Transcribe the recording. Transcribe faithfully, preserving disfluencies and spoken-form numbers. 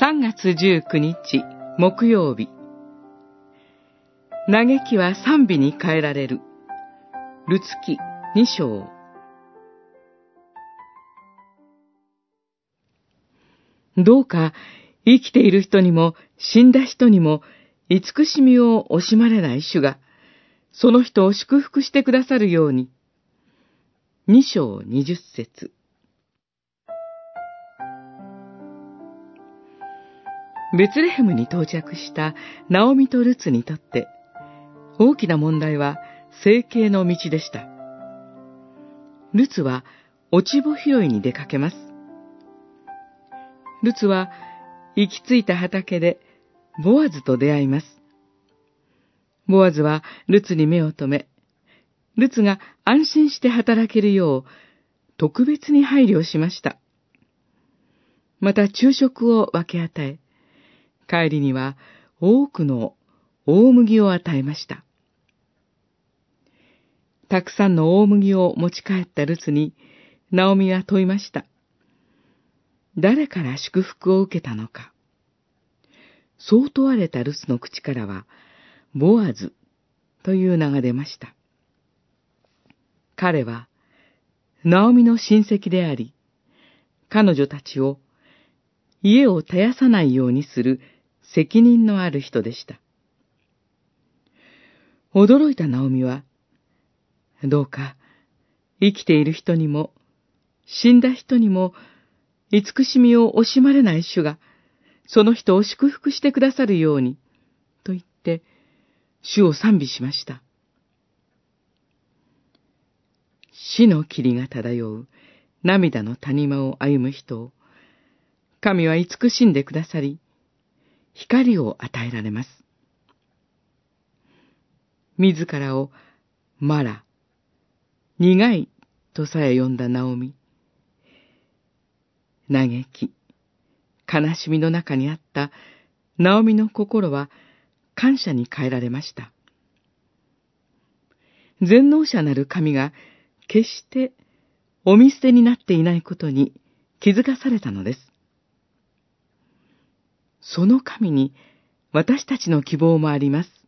さんがつじゅうくにち木曜日。嘆きは賛美に変えられる。ルツ記に章。どうか生きている人にも死んだ人にも慈しみを惜しまれない主がその人を祝福してくださるように。に章にじゅっせつ。ベツレヘムに到着したナオミとルツにとって大きな問題は生計の道でした。ルツは落ち穂拾いに出かけます。ルツは行き着いた畑でボアズと出会います。ボアズはルツに目を留め、ルツが安心して働けるよう特別に配慮しました。また昼食を分け与え、帰りには多くの大麦を与えました。たくさんの大麦を持ち帰ったルツに、ナオミは問いました。誰から祝福を受けたのか。そう問われたルツの口からは、ボアズという名が出ました。彼は、ナオミの親戚であり、彼女たちを家を絶やさないようにする責任のある人でした。驚いたナオミは、どうか生きている人にも死んだ人にも慈しみを惜しまれない主がその人を祝福してくださるようにと言って主を賛美しました。死の霧が漂う涙の谷間を歩む人を神は慈しんでくださり、光を与えられます。自らをマラ、苦いとさえ呼んだナオミ。嘆き、悲しみの中にあったナオミの心は感謝に変えられました。全能者なる神が決してお見捨てになっていないことに気づかされたのです。その神に私たちの希望もあります。